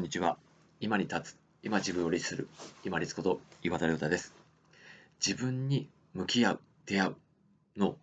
こんにちは。今に立つ、今自分を律する、今律こと岩田亮太です。自分に向き合う、出会うの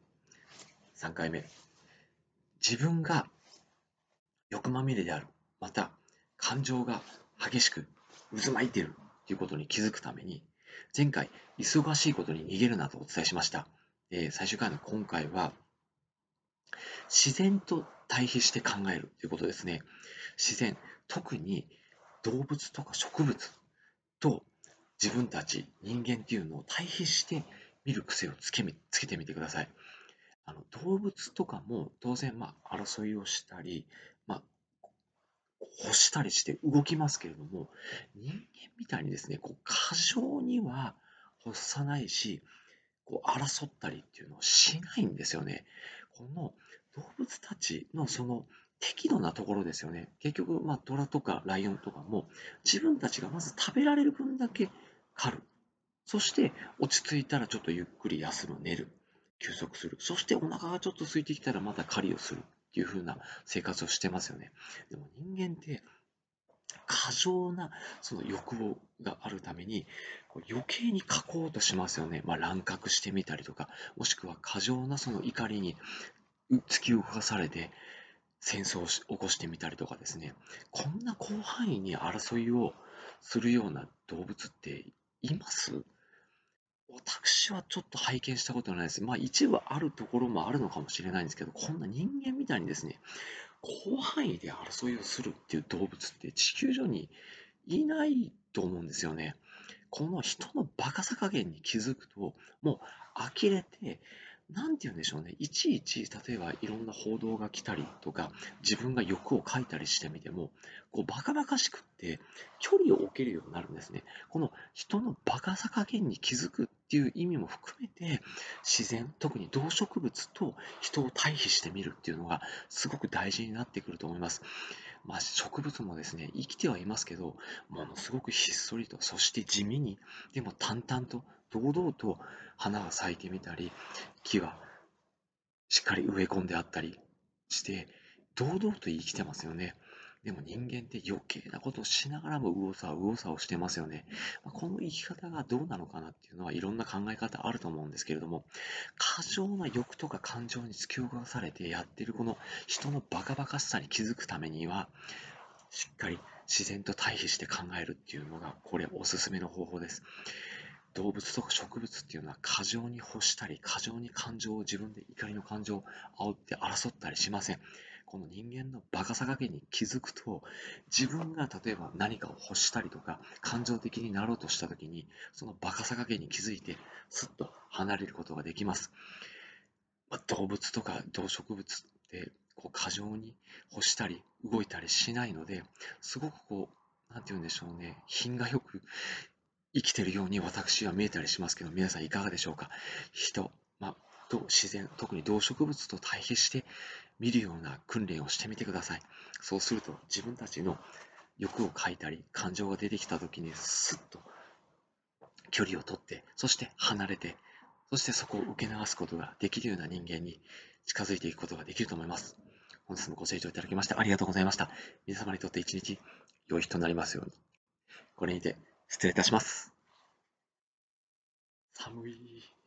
3回目。自分が欲まみれである、また感情が激しく渦巻いているということに気づくために、前回、忙しいことに逃げるなとお伝えしました。最終回の今回は、自然と対比して考えるということですね。自然、特に動物とか植物と自分たち人間っていうのを対比して見る癖をつけてみてください。動物とかも当然、争いをしたり、まあ、欲したりして動きますけれども、人間みたいにですね、過剰には欲さないし、争ったりっていうのをしないんですよね。この動物たちのその適度なところですよね。結局、トラとかライオンとかも自分たちがまず食べられる分だけ狩る。そして落ち着いたらちょっとゆっくり休む、寝る、休息する。そしてお腹がちょっと空いてきたらまた狩りをするっていう風な生活をしてますよね。でも人間って過剰なその欲望があるために余計に書こうとしますよね。乱獲してみたりとか、もしくは過剰なその怒りに突き動かされて戦争を起こしてみたりとかですね。こんな広範囲に争いをするような動物っています？私はちょっと拝見したことないです。一部あるところもあるのかもしれないんですけど、こんな人間みたいにですね、広範囲で争いをするっていう動物って地球上にいないと思うんですよね。この人のバカさ加減に気づくと、もう呆れて、なんて言うんでしょうね、いちいち、例えばいろんな報道が来たりとか、自分が欲をかいたりしてみても、バカバカしくって、距離を置けるようになるんですね。この人のバカさ加減に気づくっていう意味も含めて、自然、特に動植物と人を対比してみるっていうのが、すごく大事になってくると思います。植物もですね、生きてはいますけど、ものすごくひっそりと、そして地味に、でも淡々と、堂々と花が咲いてみたり、木がしっかり植え込んであったりして、堂々と生きてますよね。でも人間って余計なことをしながらも右往左往してますよね。この生き方がどうなのかなっていうのはいろんな考え方あると思うんですけれども、過剰な欲とか感情に突き動かされてやってるこの人のバカバカしさに気づくためには、しっかり自然と対比して考えるっていうのが、これおすすめの方法です。動物とか植物っていうのは過剰に欲したり、過剰に感情を自分で怒りの感情を煽って争ったりしません。この人間のバカさ加減に気づくと、自分が例えば何かを欲したりとか、感情的になろうとした時に、そのバカさ加減に気づいて、すっと離れることができます。動物とか動植物って過剰に欲したり動いたりしないので、すごくなんて言うんでしょうね、品がよく生きてるように私は見えたりしますけど、皆さんいかがでしょうか？人、と自然、特に動植物と対比して見るような訓練をしてみてください。そうすると自分たちの欲をかいたり、感情が出てきた時にスッと距離を取って、そして離れて、そしてそこを受け流すことができるような人間に近づいていくことができると思います。本日もご清聴いただきましてありがとうございました。皆様にとって一日良い日となりますように。これにて失礼いたします。寒い。